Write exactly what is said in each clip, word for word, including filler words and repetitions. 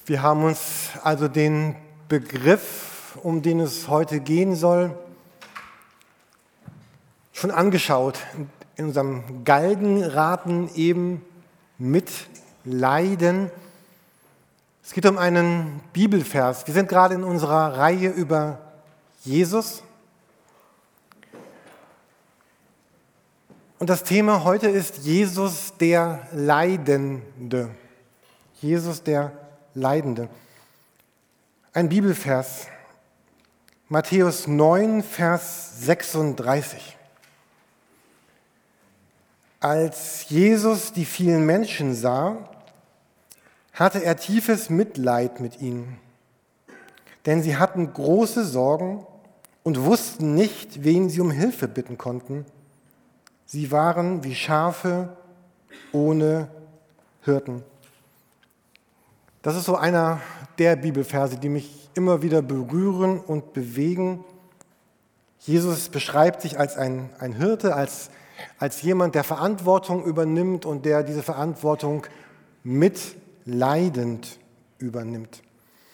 Wir haben uns also den Begriff, um den es heute gehen soll, schon angeschaut. In unserem Galgenraten eben Mitleiden. Es geht um einen Bibelvers. Wir sind gerade in unserer Reihe über Jesus. Und das Thema heute ist Jesus der Leidende. Jesus der Leidende. Ein Bibelvers. Matthäus neun, Vers sechsunddreißig. Als Jesus die vielen Menschen sah, hatte er tiefes Mitleid mit ihnen, denn sie hatten große Sorgen und wussten nicht, wen sie um Hilfe bitten konnten. Sie waren wie Schafe ohne Hirten. Das ist so einer der Bibelverse, die mich immer wieder berühren und bewegen. Jesus beschreibt sich als ein, ein Hirte, als, als jemand, der Verantwortung übernimmt und der diese Verantwortung mitleidend übernimmt.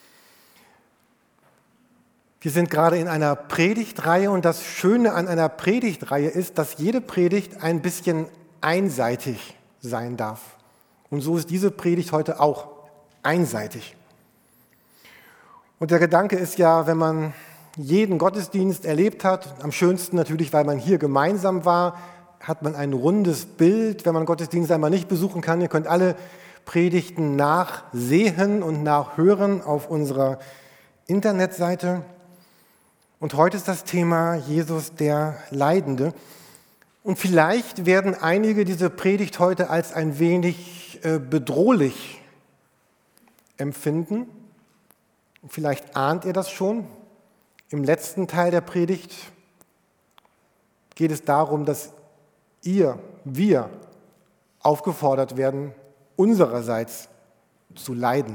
Wir sind gerade in einer Predigtreihe und das Schöne an einer Predigtreihe ist, dass jede Predigt ein bisschen einseitig sein darf. Und so ist diese Predigt heute auch einseitig. Und der Gedanke ist ja, wenn man jeden Gottesdienst erlebt hat, am schönsten natürlich, weil man hier gemeinsam war, hat man ein rundes Bild, wenn man Gottesdienst einmal nicht besuchen kann. Ihr könnt alle Predigten nachsehen und nachhören auf unserer Internetseite. Und heute ist das Thema Jesus der Leidende. Und vielleicht werden einige diese Predigt heute als ein wenig äh, bedrohlich empfinden. Vielleicht ahnt ihr das schon. Im letzten Teil der Predigt geht es darum, dass ihr, wir aufgefordert werden, unsererseits zu leiden.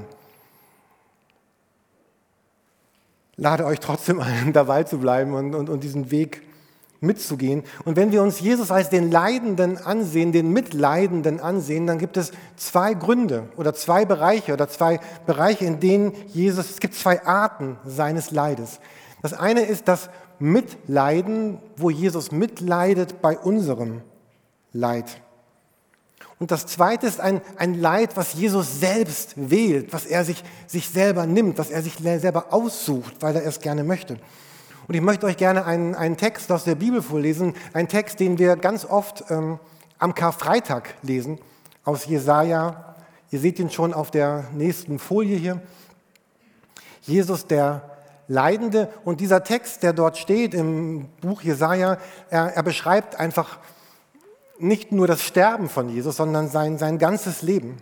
Lade euch trotzdem ein, dabei zu bleiben und, und, und diesen Weg mitzugehen. Und wenn wir uns Jesus als den Leidenden ansehen, den Mitleidenden ansehen, dann gibt es zwei Gründe oder zwei Bereiche oder zwei Bereiche, in denen Jesus, es gibt zwei Arten seines Leides. Das eine ist das Mitleiden, wo Jesus mitleidet bei unserem Leid. Und das zweite ist ein, ein Leid, was Jesus selbst wählt, was er sich, sich selber nimmt, was er sich selber aussucht, weil er es gerne möchte. Und ich möchte euch gerne einen, einen Text aus der Bibel vorlesen, einen Text, den wir ganz oft ähm, am Karfreitag lesen, aus Jesaja. Ihr seht ihn schon auf der nächsten Folie hier. Jesus der Leidende. Und dieser Text, der dort steht im Buch Jesaja, er, er beschreibt einfach nicht nur das Sterben von Jesus, sondern sein, sein ganzes Leben.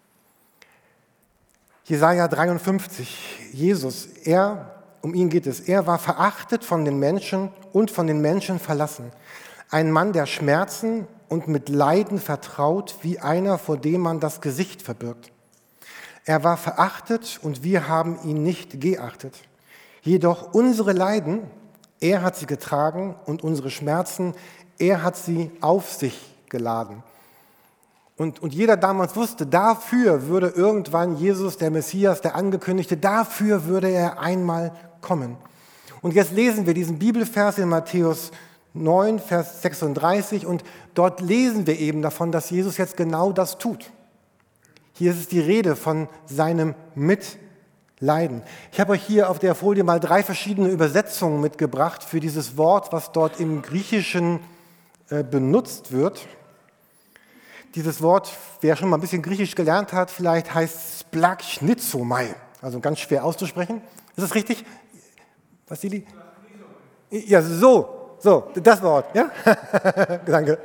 Jesaja dreiundfünfzig, Jesus, er, um ihn geht es, er war verachtet von den Menschen und von den Menschen verlassen. Ein Mann, der Schmerzen und mit Leiden vertraut, wie einer, vor dem man das Gesicht verbirgt. Er war verachtet und wir haben ihn nicht geachtet. Jedoch unsere Leiden, er hat sie getragen und unsere Schmerzen, er hat sie auf sich geladen. Und, und jeder damals wusste, dafür würde irgendwann Jesus, der Messias, der Angekündigte, dafür würde er einmal kommen. Und jetzt lesen wir diesen Bibelvers in Matthäus neun, Vers sechsunddreißig und dort lesen wir eben davon, dass Jesus jetzt genau das tut. Hier ist es die Rede von seinem Mitleiden. Ich habe euch hier auf der Folie mal drei verschiedene Übersetzungen mitgebracht für dieses Wort, was dort im Griechischen äh, benutzt wird. Dieses Wort, wer schon mal ein bisschen Griechisch gelernt hat, vielleicht heißt Splagchnizomai, also ganz schwer auszusprechen. Ist das richtig, Vassili? Ja, so, so, das Wort, ja? Danke.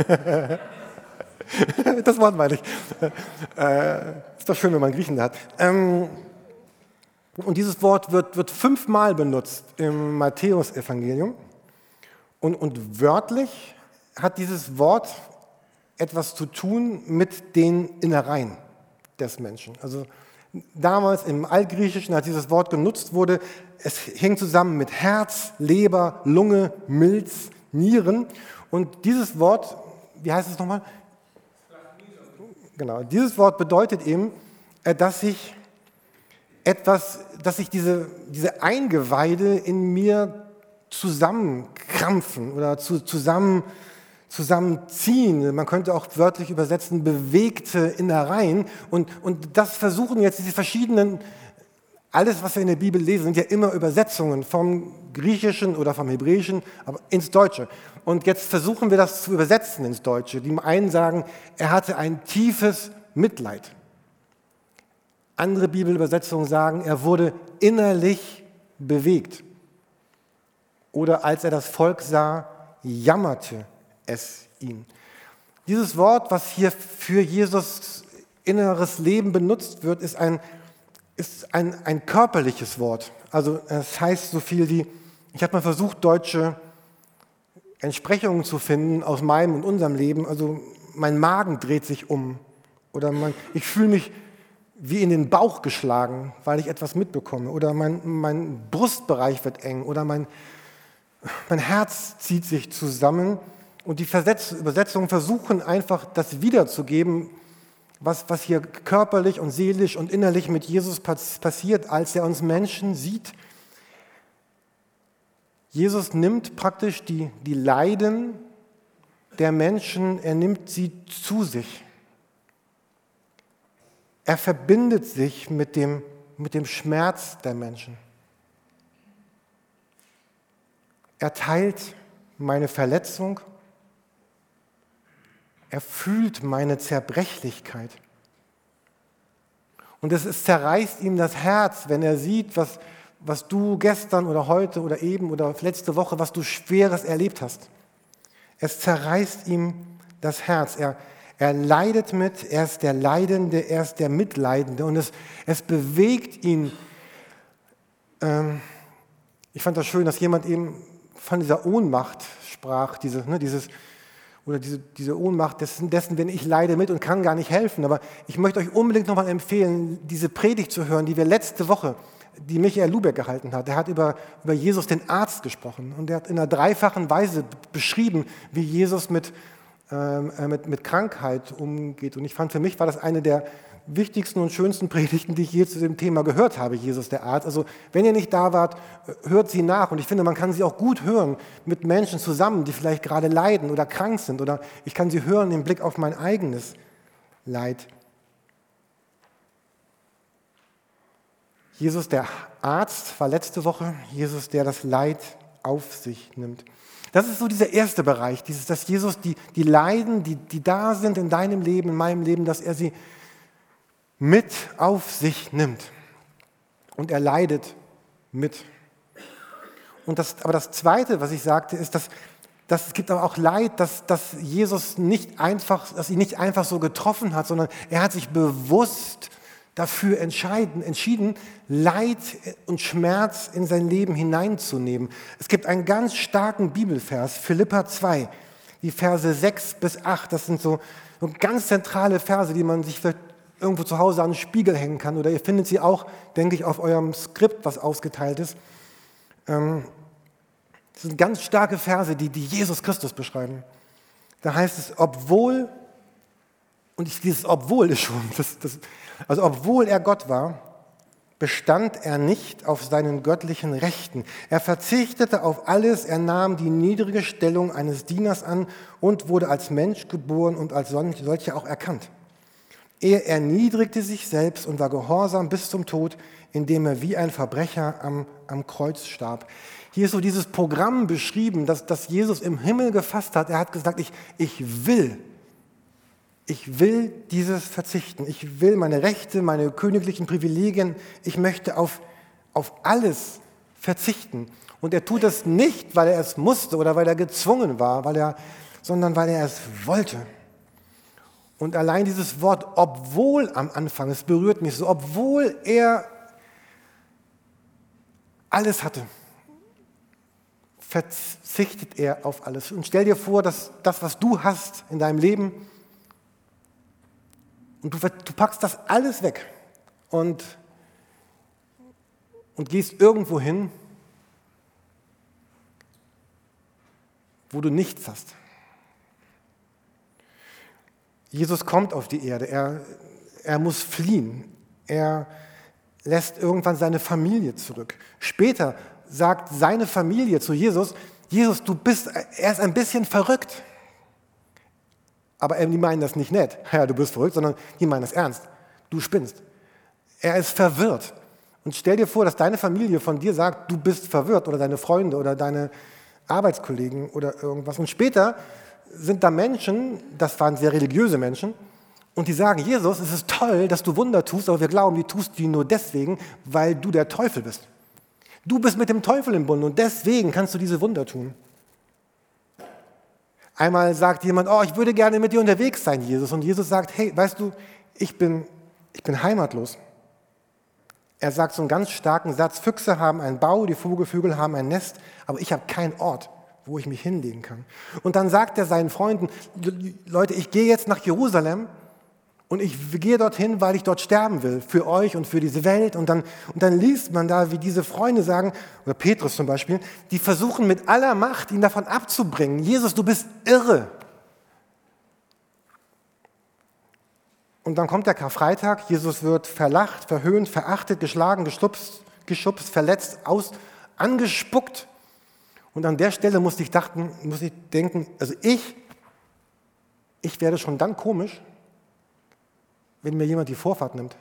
Das Wort meine ich. Äh, ist doch schön, wenn man Griechen hat. Ähm, und dieses Wort wird, wird fünfmal benutzt im Matthäus-Evangelium. Und, und wörtlich hat dieses Wort etwas zu tun mit den Innereien des Menschen. Also damals im Altgriechischen, als dieses Wort genutzt wurde, es hing zusammen mit Herz, Leber, Lunge, Milz, Nieren. Und dieses Wort, wie heißt es nochmal? Genau, dieses Wort bedeutet eben, dass sich etwas, dass sich diese, diese Eingeweide in mir zusammenkrampfen oder zu, zusammen, zusammenziehen. Man könnte auch wörtlich übersetzen, bewegte Innereien. Und, und das versuchen jetzt diese verschiedenen, alles, was wir in der Bibel lesen, sind ja immer Übersetzungen vom Griechischen oder vom Hebräischen aber ins Deutsche. Und jetzt versuchen wir das zu übersetzen ins Deutsche. Die einen sagen, er hatte ein tiefes Mitleid. Andere Bibelübersetzungen sagen, er wurde innerlich bewegt. Oder als er das Volk sah, jammerte es ihn. Dieses Wort, was hier für Jesus inneres Leben benutzt wird, ist ein, ist ein, ein körperliches Wort. Also es heißt so viel wie, ich habe mal versucht, deutsche Entsprechungen zu finden aus meinem und unserem Leben. Also mein Magen dreht sich um oder mein, ich fühle mich wie in den Bauch geschlagen, weil ich etwas mitbekomme. Oder mein, mein Brustbereich wird eng oder mein, mein Herz zieht sich zusammen. Und die Versetz- Übersetzungen versuchen einfach, das wiederzugeben, was, was hier körperlich und seelisch und innerlich mit Jesus pass- passiert, als er uns Menschen sieht. Jesus nimmt praktisch die, die Leiden der Menschen, er nimmt sie zu sich. Er verbindet sich mit dem, mit dem Schmerz der Menschen. Er teilt meine Verletzung. Er fühlt meine Zerbrechlichkeit. Und es ist, zerreißt ihm das Herz, wenn er sieht, was, was du gestern oder heute oder eben oder letzte Woche, was du Schweres erlebt hast. Es zerreißt ihm das Herz. Er, er leidet mit, er ist der Leidende, er ist der Mitleidende. Und es, es bewegt ihn. Ähm, ich fand das schön, dass jemand eben von dieser Ohnmacht sprach, diese, ne, dieses, oder diese, diese Ohnmacht dessen, dessen, wenn ich leide mit und kann gar nicht helfen. Aber ich möchte euch unbedingt nochmal empfehlen, diese Predigt zu hören, die wir letzte Woche, die Michael Lubeck gehalten hat. Er hat über, über Jesus, den Arzt, gesprochen. Und er hat in einer dreifachen Weise beschrieben, wie Jesus mit, ähm, mit, mit Krankheit umgeht. Und ich fand, für mich war das eine der wichtigsten und schönsten Predigten, die ich je zu dem Thema gehört habe, Jesus, der Arzt. Also wenn ihr nicht da wart, hört sie nach. Und ich finde, man kann sie auch gut hören mit Menschen zusammen, die vielleicht gerade leiden oder krank sind. Oder ich kann sie hören im Blick auf mein eigenes Leid. Jesus, der Arzt, war letzte Woche. Jesus, der das Leid auf sich nimmt. Das ist so dieser erste Bereich, dieses, dass Jesus die, die Leiden, die, die da sind in deinem Leben, in meinem Leben, dass er sie mit auf sich nimmt. Und er leidet mit. Und das, aber das Zweite, was ich sagte, ist, dass, dass es gibt aber auch Leid, dass, dass Jesus nicht einfach, dass ihn nicht einfach so getroffen hat, sondern er hat sich bewusst dafür entscheiden, entschieden, Leid und Schmerz in sein Leben hineinzunehmen. Es gibt einen ganz starken Bibelvers, Philipper zwei, die Verse sechs bis acht. Das sind so, so ganz zentrale Verse, die man sich vielleicht irgendwo zu Hause an den Spiegel hängen kann. Oder ihr findet sie auch, denke ich, auf eurem Skript, was ausgeteilt ist. Das sind ganz starke Verse, die, die Jesus Christus beschreiben. Da heißt es, obwohl, und ich, dieses obwohl ist schon, das, das, also obwohl er Gott war, bestand er nicht auf seinen göttlichen Rechten. Er verzichtete auf alles, er nahm die niedrige Stellung eines Dieners an und wurde als Mensch geboren und als solcher auch erkannt. Er erniedrigte sich selbst und war gehorsam bis zum Tod, indem er wie ein Verbrecher am, am Kreuz starb. Hier ist so dieses Programm beschrieben, das, das Jesus im Himmel gefasst hat. Er hat gesagt, ich, ich will, ich will dieses verzichten. Ich will meine Rechte, meine königlichen Privilegien, ich möchte auf, auf alles verzichten. Und er tut das nicht, weil er es musste oder weil er gezwungen war, weil er, sondern weil er es wollte. Und allein dieses Wort, obwohl am Anfang, es berührt mich so, obwohl er alles hatte, verzichtet er auf alles. Und stell dir vor, dass das, was du hast in deinem Leben, und du, du packst das alles weg und, und gehst irgendwo hin, wo du nichts hast. Jesus kommt auf die Erde, er, er muss fliehen, er, lässt irgendwann seine Familie zurück. Später sagt seine Familie zu Jesus, Jesus, du bist, er ist ein bisschen verrückt. Aber die meinen das nicht nett, ja, du bist verrückt, sondern die meinen das ernst. Du spinnst. Er ist verwirrt. Und stell dir vor, dass deine Familie von dir sagt, du bist verwirrt oder deine Freunde oder deine Arbeitskollegen oder irgendwas. Und später sind da Menschen, das waren sehr religiöse Menschen, und die sagen, Jesus, es ist toll, dass du Wunder tust, aber wir glauben, du tust die nur deswegen, weil du der Teufel bist. Du bist mit dem Teufel im Bund und deswegen kannst du diese Wunder tun. Einmal sagt jemand, oh, ich würde gerne mit dir unterwegs sein, Jesus. Und Jesus sagt, hey, weißt du, ich bin, ich bin heimatlos. Er sagt so einen ganz starken Satz, Füchse haben einen Bau, die Vogelvögel haben ein Nest, aber ich habe keinen Ort, wo ich mich hinlegen kann. Und dann sagt er seinen Freunden, Leute, ich gehe jetzt nach Jerusalem und ich gehe dorthin, weil ich dort sterben will, für euch und für diese Welt. Und dann, und dann liest man da, wie diese Freunde sagen, oder Petrus zum Beispiel, die versuchen mit aller Macht, ihn davon abzubringen. Jesus, du bist irre. Und dann kommt der Karfreitag, Jesus wird verlacht, verhöhnt, verachtet, geschlagen, geschubst, geschubst verletzt, aus, angespuckt. Und an der Stelle musste ich, dachten, musste ich denken, also ich, ich werde schon dann komisch, wenn mir jemand die Vorfahrt nimmt.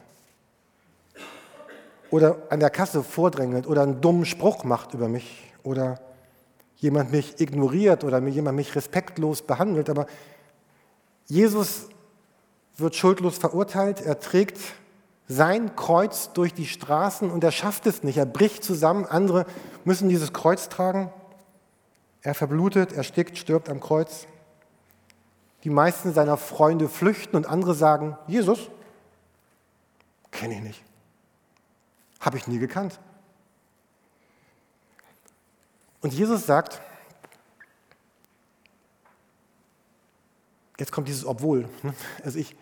Oder an der Kasse vordrängelt oder einen dummen Spruch macht über mich. Oder jemand mich ignoriert oder jemand mich respektlos behandelt. Aber Jesus wird schuldlos verurteilt, er trägt sein Kreuz durch die Straßen und er schafft es nicht, er bricht zusammen, andere müssen dieses Kreuz tragen, er verblutet, erstickt, stirbt am Kreuz. Die meisten seiner Freunde flüchten und andere sagen, Jesus, kenne ich nicht, habe ich nie gekannt. Und Jesus sagt, jetzt kommt dieses Obwohl, also ich,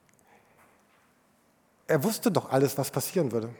er wusste doch alles, was passieren würde.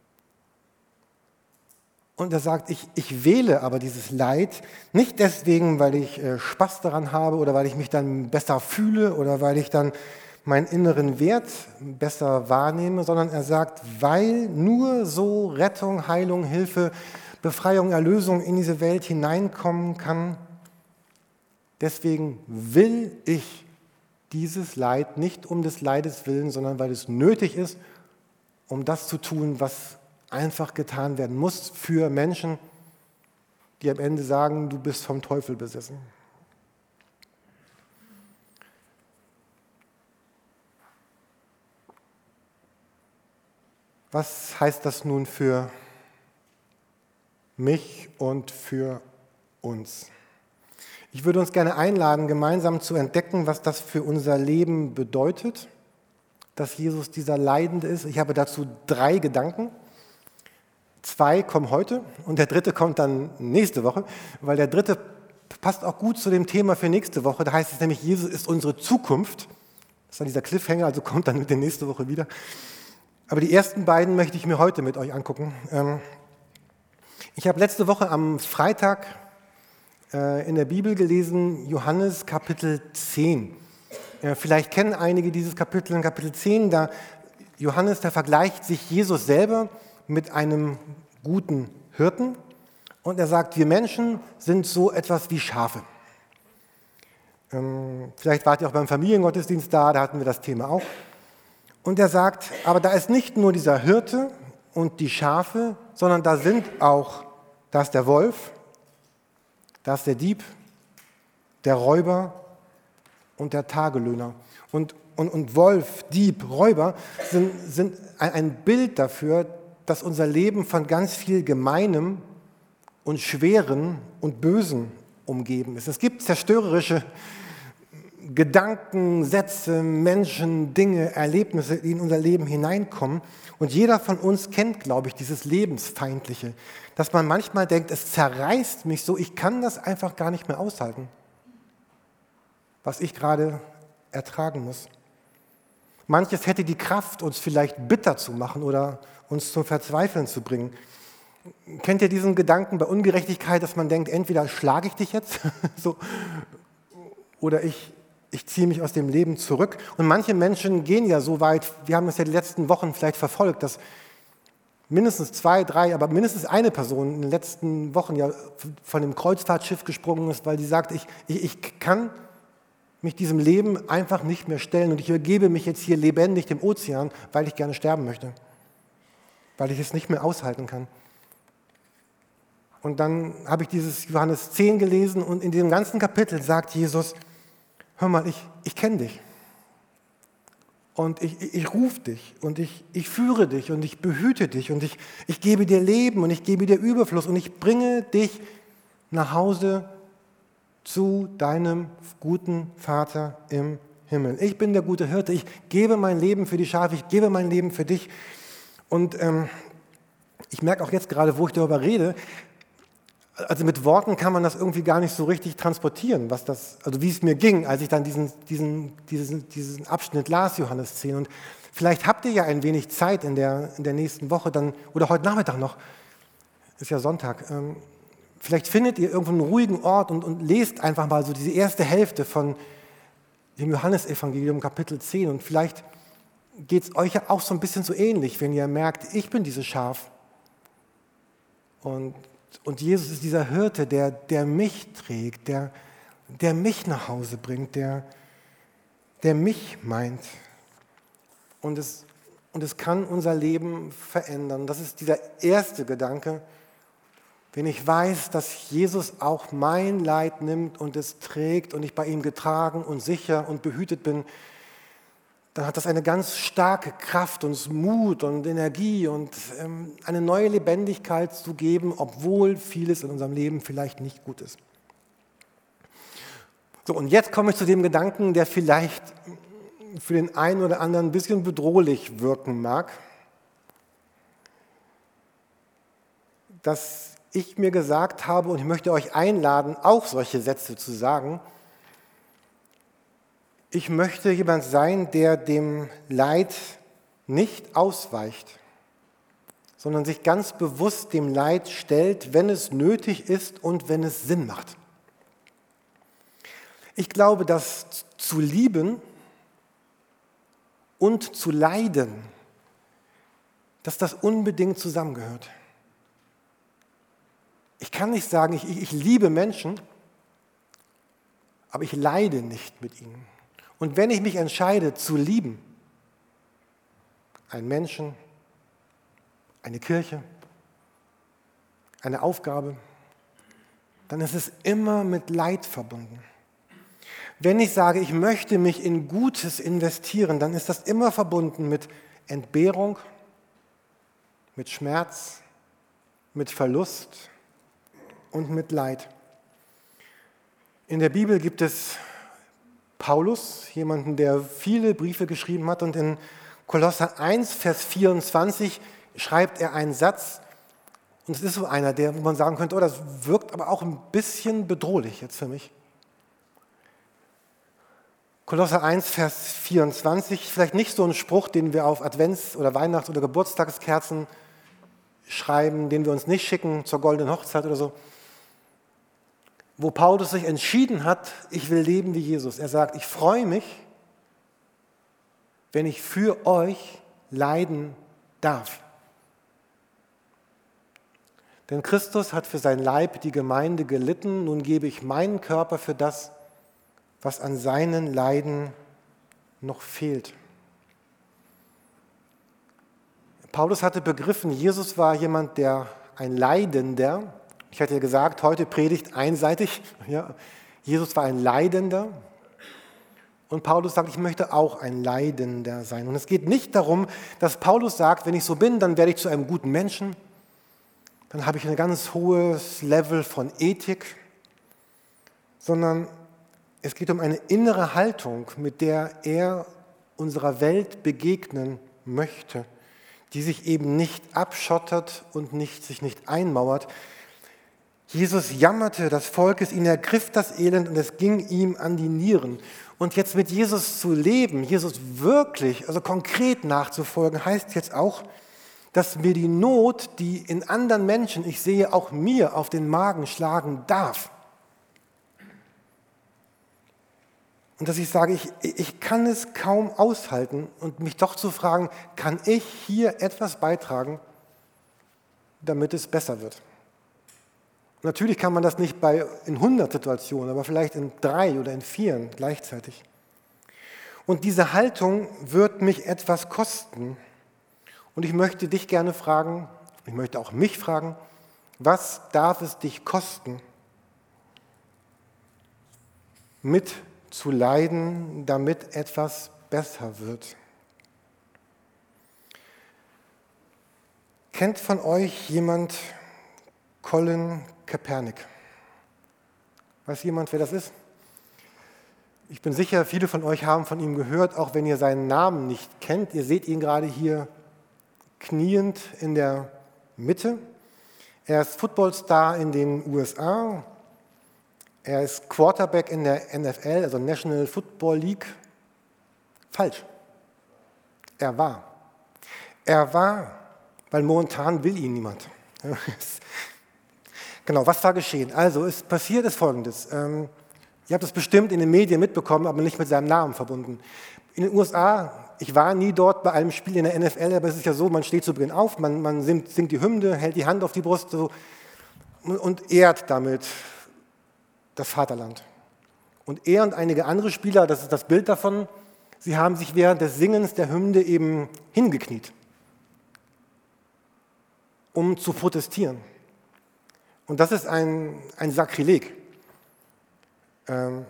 Und er sagt, ich, ich wähle aber dieses Leid nicht deswegen, weil ich äh, Spaß daran habe oder weil ich mich dann besser fühle oder weil ich dann meinen inneren Wert besser wahrnehme, sondern er sagt, weil nur so Rettung, Heilung, Hilfe, Befreiung, Erlösung in diese Welt hineinkommen kann, deswegen will ich dieses Leid nicht um des Leides willen, sondern weil es nötig ist, um das zu tun, was einfach getan werden muss für Menschen, die am Ende sagen, du bist vom Teufel besessen. Was heißt das nun für mich und für uns? Ich würde uns gerne einladen, gemeinsam zu entdecken, was das für unser Leben bedeutet, dass Jesus dieser Leidende ist. Ich habe dazu drei Gedanken. Zwei kommen heute und der dritte kommt dann nächste Woche, weil der dritte passt auch gut zu dem Thema für nächste Woche. Da heißt es nämlich, Jesus ist unsere Zukunft. Das ist dann dieser Cliffhanger, also kommt dann die nächste Woche wieder. Aber die ersten beiden möchte ich mir heute mit euch angucken. Ich habe letzte Woche am Freitag in der Bibel gelesen, Johannes Kapitel zehn. Vielleicht kennen einige dieses Kapitel, in Kapitel zehn, da Johannes, der vergleicht sich Jesus selber mit einem guten Hirten und er sagt, wir Menschen sind so etwas wie Schafe. Vielleicht wart ihr auch beim Familiengottesdienst da, da hatten wir das Thema auch. Und er sagt, aber da ist nicht nur dieser Hirte und die Schafe, sondern da sind auch, da ist der Wolf, da ist der Dieb, der Räuber und der Tagelöhner. Und, und, und Wolf, Dieb, Räuber sind, sind ein Bild dafür, dass unser Leben von ganz viel Gemeinem und Schweren und Bösen umgeben ist. Es gibt zerstörerische Gedanken, Sätze, Menschen, Dinge, Erlebnisse, die in unser Leben hineinkommen. Und jeder von uns kennt, glaube ich, dieses Lebensfeindliche, dass man manchmal denkt, es zerreißt mich so, ich kann das einfach gar nicht mehr aushalten, was ich gerade ertragen muss. Manches hätte die Kraft, uns vielleicht bitter zu machen oder uns zum Verzweifeln zu bringen. Kennt ihr diesen Gedanken bei Ungerechtigkeit, dass man denkt, entweder schlage ich dich jetzt so, oder ich, ich ziehe mich aus dem Leben zurück. Und manche Menschen gehen ja so weit, wir haben es ja die letzten Wochen vielleicht verfolgt, dass mindestens zwei, drei, aber mindestens eine Person in den letzten Wochen ja von dem Kreuzfahrtschiff gesprungen ist, weil sie sagt, ich, ich, ich kann mich diesem Leben einfach nicht mehr stellen und ich übergebe mich jetzt hier lebendig dem Ozean, weil ich gerne sterben möchte, weil ich es nicht mehr aushalten kann. Und dann habe ich dieses Johannes zehn gelesen und in diesem ganzen Kapitel sagt Jesus, hör mal, ich, ich kenne dich und ich, ich, ich rufe dich und ich, ich führe dich und ich behüte dich und ich, ich gebe dir Leben und ich gebe dir Überfluss und ich bringe dich nach Hause zu deinem guten Vater im Himmel. Ich bin der gute Hirte, ich gebe mein Leben für die Schafe, ich gebe mein Leben für dich. Und ähm, ich merke auch jetzt gerade, wo ich darüber rede, also mit Worten kann man das irgendwie gar nicht so richtig transportieren, was das, also wie es mir ging, als ich dann diesen, diesen, diesen, diesen Abschnitt las, Johannes zehn. Und vielleicht habt ihr ja ein wenig Zeit in der, in der nächsten Woche dann, oder heute Nachmittag noch, ist ja Sonntag, ähm, vielleicht findet ihr irgendwo einen ruhigen Ort und, und lest einfach mal so diese erste Hälfte von dem Johannesevangelium, Kapitel zehn. Und vielleicht geht es euch ja auch so ein bisschen so ähnlich, wenn ihr merkt, ich bin dieses Schaf. Und, und Jesus ist dieser Hirte, der, der mich trägt, der, der mich nach Hause bringt, der, der mich meint. Und es, und es kann unser Leben verändern. Das ist dieser erste Gedanke. Wenn ich weiß, dass Jesus auch mein Leid nimmt und es trägt und ich bei ihm getragen und sicher und behütet bin, dann hat das eine ganz starke Kraft und Mut und Energie und ähm, eine neue Lebendigkeit zu geben, obwohl vieles in unserem Leben vielleicht nicht gut ist. So, und jetzt komme ich zu dem Gedanken, der vielleicht für den einen oder anderen ein bisschen bedrohlich wirken mag, dass ich mir gesagt habe, und ich möchte euch einladen, auch solche Sätze zu sagen, ich möchte jemand sein, der dem Leid nicht ausweicht, sondern sich ganz bewusst dem Leid stellt, wenn es nötig ist und wenn es Sinn macht. Ich glaube, dass zu lieben und zu leiden, dass das unbedingt zusammengehört. Ich kann nicht sagen, ich, ich liebe Menschen, aber ich leide nicht mit ihnen. Und wenn ich mich entscheide zu lieben, einen Menschen, eine Kirche, eine Aufgabe, dann ist es immer mit Leid verbunden. Wenn ich sage, ich möchte mich in Gutes investieren, dann ist das immer verbunden mit Entbehrung, mit Schmerz, mit Verlust und mit Leid. In der Bibel gibt es Paulus, jemanden, der viele Briefe geschrieben hat, und in Kolosser eins, Vers vierundzwanzig schreibt er einen Satz, und es ist so einer, der, wo man sagen könnte, oh, das wirkt aber auch ein bisschen bedrohlich jetzt für mich. Kolosser eins, Vers vierundzwanzig, vielleicht nicht so ein Spruch, den wir auf Advents- oder Weihnachts- oder Geburtstagskerzen schreiben, den wir uns nicht schicken zur goldenen Hochzeit oder so, wo Paulus sich entschieden hat, ich will leben wie Jesus. Er sagt, ich freue mich, wenn ich für euch leiden darf. Denn Christus hat für sein Leib, die Gemeinde, gelitten. Nun gebe ich meinen Körper für das, was an seinen Leiden noch fehlt. Paulus hatte begriffen, Jesus war jemand, der ein Leidender, ich hatte ja gesagt, heute predigt einseitig, ja, Jesus war ein Leidender. Und Paulus sagt, ich möchte auch ein Leidender sein. Und es geht nicht darum, dass Paulus sagt, wenn ich so bin, dann werde ich zu einem guten Menschen. Dann habe ich ein ganz hohes Level von Ethik. Sondern es geht um eine innere Haltung, mit der er unserer Welt begegnen möchte, die sich eben nicht abschottet und nicht, sich nicht einmauert. Jesus jammerte, das Volk es ihn ergriff das Elend und es ging ihm an die Nieren. Und jetzt mit Jesus zu leben, Jesus wirklich, also konkret nachzufolgen, heißt jetzt auch, dass mir die Not, die in anderen Menschen, ich sehe, auch mir auf den Magen schlagen darf. Und dass ich sage, ich, ich kann es kaum aushalten und mich doch zu fragen, kann ich hier etwas beitragen, damit es besser wird. Natürlich kann man das nicht bei, in hundert Situationen, aber vielleicht in drei oder in vier gleichzeitig. Und diese Haltung wird mich etwas kosten. Und ich möchte dich gerne fragen, ich möchte auch mich fragen, was darf es dich kosten, mitzuleiden, damit etwas besser wird? Kennt von euch jemand Colin Kaepernick? Weiß jemand, wer das ist? Ich bin sicher, viele von euch haben von ihm gehört, auch wenn ihr seinen Namen nicht kennt. Ihr seht ihn gerade hier kniend in der Mitte. Er ist Footballstar in den U S A. Er ist Quarterback in der N F L, also National Football League. Falsch. Er war. Er war, weil momentan will ihn niemand. Genau, was war geschehen? Also, es passiert ist Folgendes. Ähm, ihr habt es bestimmt in den Medien mitbekommen, aber nicht mit seinem Namen verbunden. In den U S A, ich war nie dort bei einem Spiel in der N F L, aber es ist ja so, man steht zu Beginn auf, man, man singt, singt die Hymne, hält die Hand auf die Brust so, und ehrt damit das Vaterland. Und er und einige andere Spieler, das ist das Bild davon, sie haben sich während des Singens der Hymne eben hingekniet, um zu protestieren. Und das ist ein, ein Sakrileg. Ähm,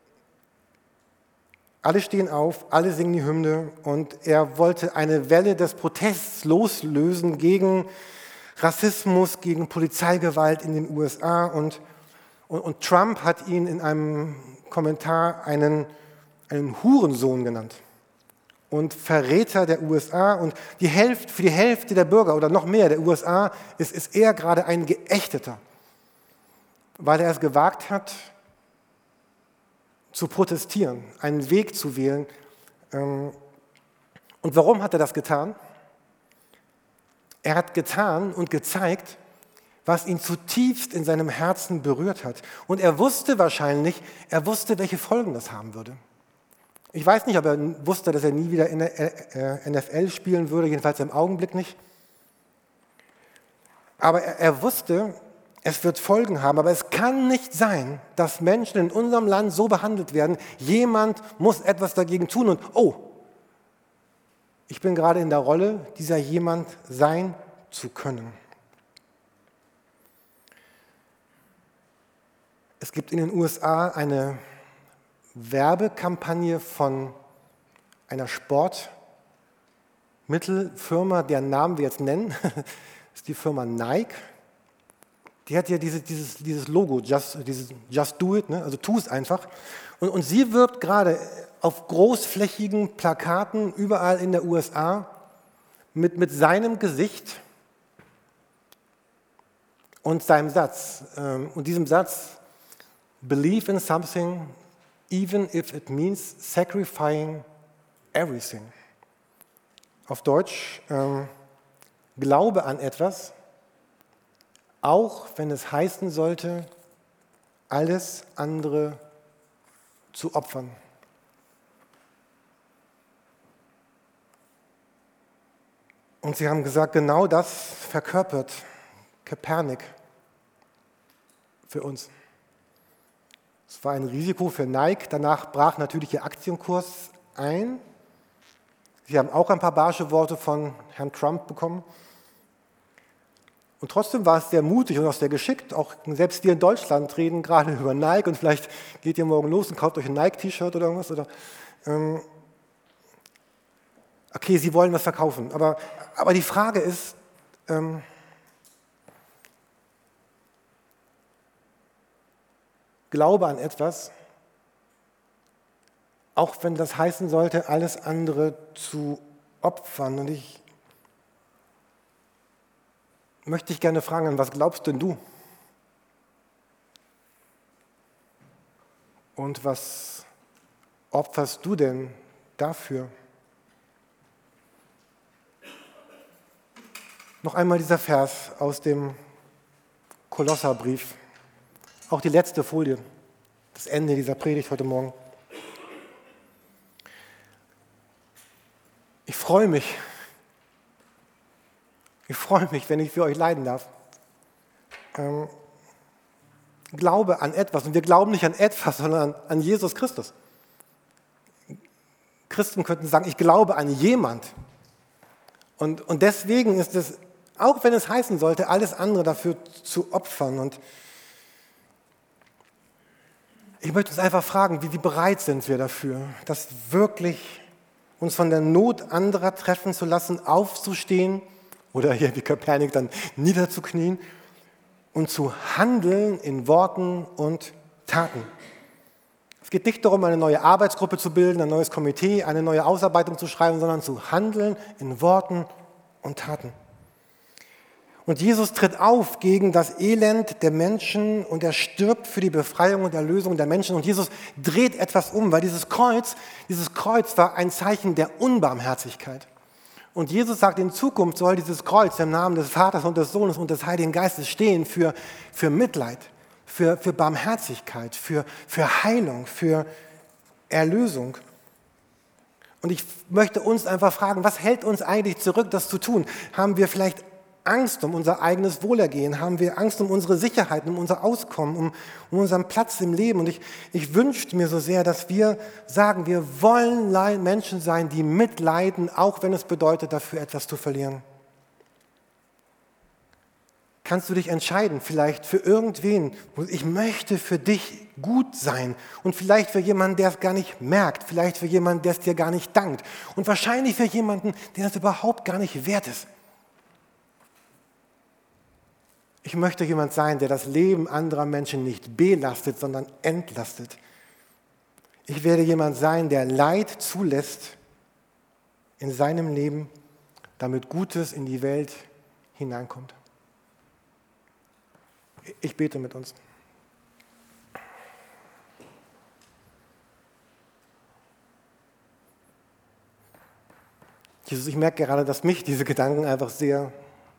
alle stehen auf, alle singen die Hymne und er wollte eine Welle des Protests loslösen gegen Rassismus, gegen Polizeigewalt in den U S A und, und, und Trump hat ihn in einem Kommentar einen, einen Hurensohn genannt und Verräter der U S A und die Hälfte, für die Hälfte der Bürger oder noch mehr der U S A ist, ist er gerade ein Geächteter, weil er es gewagt hat, zu protestieren, einen Weg zu wählen. Und warum hat er das getan? Er hat getan und gezeigt, was ihn zutiefst in seinem Herzen berührt hat. Und er wusste wahrscheinlich, er wusste, welche Folgen das haben würde. Ich weiß nicht, ob er wusste, dass er nie wieder in der N F L spielen würde, jedenfalls im Augenblick nicht. Aber er, er wusste, es wird Folgen haben, aber es kann nicht sein, dass Menschen in unserem Land so behandelt werden. Jemand muss etwas dagegen tun und oh, ich bin gerade in der Rolle, dieser jemand sein zu können. Es gibt in den U S A eine Werbekampagne von einer Sportmittelfirma, deren Namen wir jetzt nennen. Das ist die Firma Nike. Die hat ja diese, dieses, dieses Logo, just, dieses Just Do It, ne? Also tu es einfach. Und, und sie wirbt gerade auf großflächigen Plakaten überall in der U S A mit, mit seinem Gesicht und seinem Satz. Ähm, und diesem Satz, believe in something, even if it means sacrificing everything. Auf Deutsch, ähm, glaube an etwas, auch wenn es heißen sollte, alles andere zu opfern. Und sie haben gesagt, genau das verkörpert Kaepernick für uns. Es war ein Risiko für Nike, danach brach natürlich ihr Aktienkurs ein. Sie haben auch ein paar barsche Worte von Herrn Trump bekommen. Und trotzdem war es sehr mutig und auch sehr geschickt. Auch selbst wir in Deutschland reden gerade über Nike und vielleicht geht ihr morgen los und kauft euch ein Nike-T-Shirt oder irgendwas. Oder, ähm, okay, sie wollen was verkaufen. Aber, aber die Frage ist, ähm, glaube an etwas, auch wenn das heißen sollte, alles andere zu opfern. Und ich möchte dich gerne fragen, an was glaubst denn du? Und was opferst du denn dafür? Noch einmal dieser Vers aus dem Kolosserbrief, auch die letzte Folie, das Ende dieser Predigt heute Morgen. Ich freue mich Ich freue mich, wenn ich für euch leiden darf. Ähm, Glaube an etwas. Und wir glauben nicht an etwas, sondern an, an Jesus Christus. Christen könnten sagen, ich glaube an jemand. Und, und deswegen ist es, auch wenn es heißen sollte, alles andere dafür zu opfern. Und ich möchte uns einfach fragen, wie, wie bereit sind wir dafür, das wirklich uns von der Not anderer treffen zu lassen, aufzustehen oder hier wie Kopernik dann niederzuknien und zu handeln in Worten und Taten. Es geht nicht darum, eine neue Arbeitsgruppe zu bilden, ein neues Komitee, eine neue Ausarbeitung zu schreiben, sondern zu handeln in Worten und Taten. Und Jesus tritt auf gegen das Elend der Menschen und er stirbt für die Befreiung und Erlösung der Menschen. Und Jesus dreht etwas um, weil dieses Kreuz, dieses Kreuz war ein Zeichen der Unbarmherzigkeit. Und Jesus sagt, in Zukunft soll dieses Kreuz im Namen des Vaters und des Sohnes und des Heiligen Geistes stehen für, für Mitleid, für, für Barmherzigkeit, für, für Heilung, für Erlösung. Und ich möchte uns einfach fragen, was hält uns eigentlich zurück, das zu tun? Haben wir vielleicht Angst um unser eigenes Wohlergehen? Haben wir Angst um unsere Sicherheit, um unser Auskommen, um, um unseren Platz im Leben? Und ich, ich wünschte mir so sehr, dass wir sagen, wir wollen Menschen sein, die mitleiden, auch wenn es bedeutet, dafür etwas zu verlieren. Kannst du dich entscheiden, vielleicht für irgendwen, ich möchte für dich gut sein und vielleicht für jemanden, der es gar nicht merkt, vielleicht für jemanden, der es dir gar nicht dankt und wahrscheinlich für jemanden, der es überhaupt gar nicht wert ist. Ich möchte jemand sein, der das Leben anderer Menschen nicht belastet, sondern entlastet. Ich werde jemand sein, der Leid zulässt in seinem Leben, damit Gutes in die Welt hineinkommt. Ich bete mit uns. Jesus, ich merke gerade, dass mich diese Gedanken einfach sehr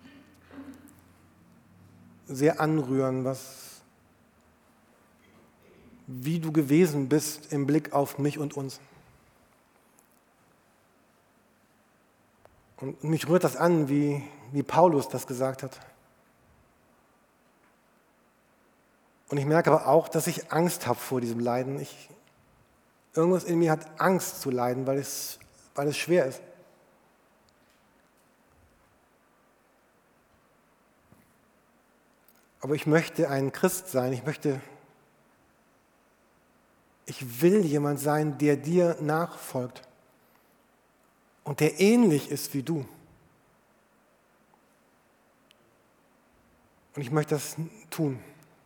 sehr anrühren, was, wie du gewesen bist im Blick auf mich und uns. Und mich rührt das an, wie, wie Paulus das gesagt hat. Und ich merke aber auch, dass ich Angst habe vor diesem Leiden. Ich, irgendwas in mir hat Angst zu leiden, weil es, weil es schwer ist. Aber ich möchte ein Christ sein, ich möchte, ich will jemand sein, der dir nachfolgt und der ähnlich ist wie du. Und ich möchte das tun.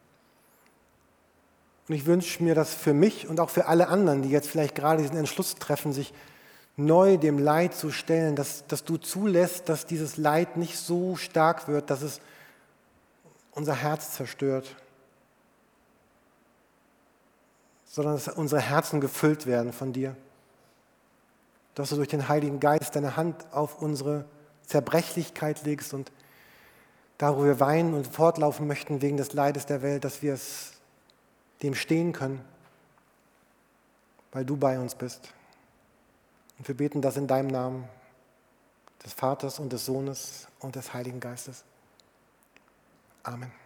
Und ich wünsche mir das für mich und auch für alle anderen, die jetzt vielleicht gerade diesen Entschluss treffen, sich neu dem Leid zu stellen, dass, dass du zulässt, dass dieses Leid nicht so stark wird, dass es unser Herz zerstört, sondern dass unsere Herzen gefüllt werden von dir. Dass du durch den Heiligen Geist deine Hand auf unsere Zerbrechlichkeit legst und da, wo wir weinen und fortlaufen möchten wegen des Leides der Welt, dass wir es dem stehen können, weil du bei uns bist. Und wir beten das in deinem Namen, des Vaters und des Sohnes und des Heiligen Geistes. Amen.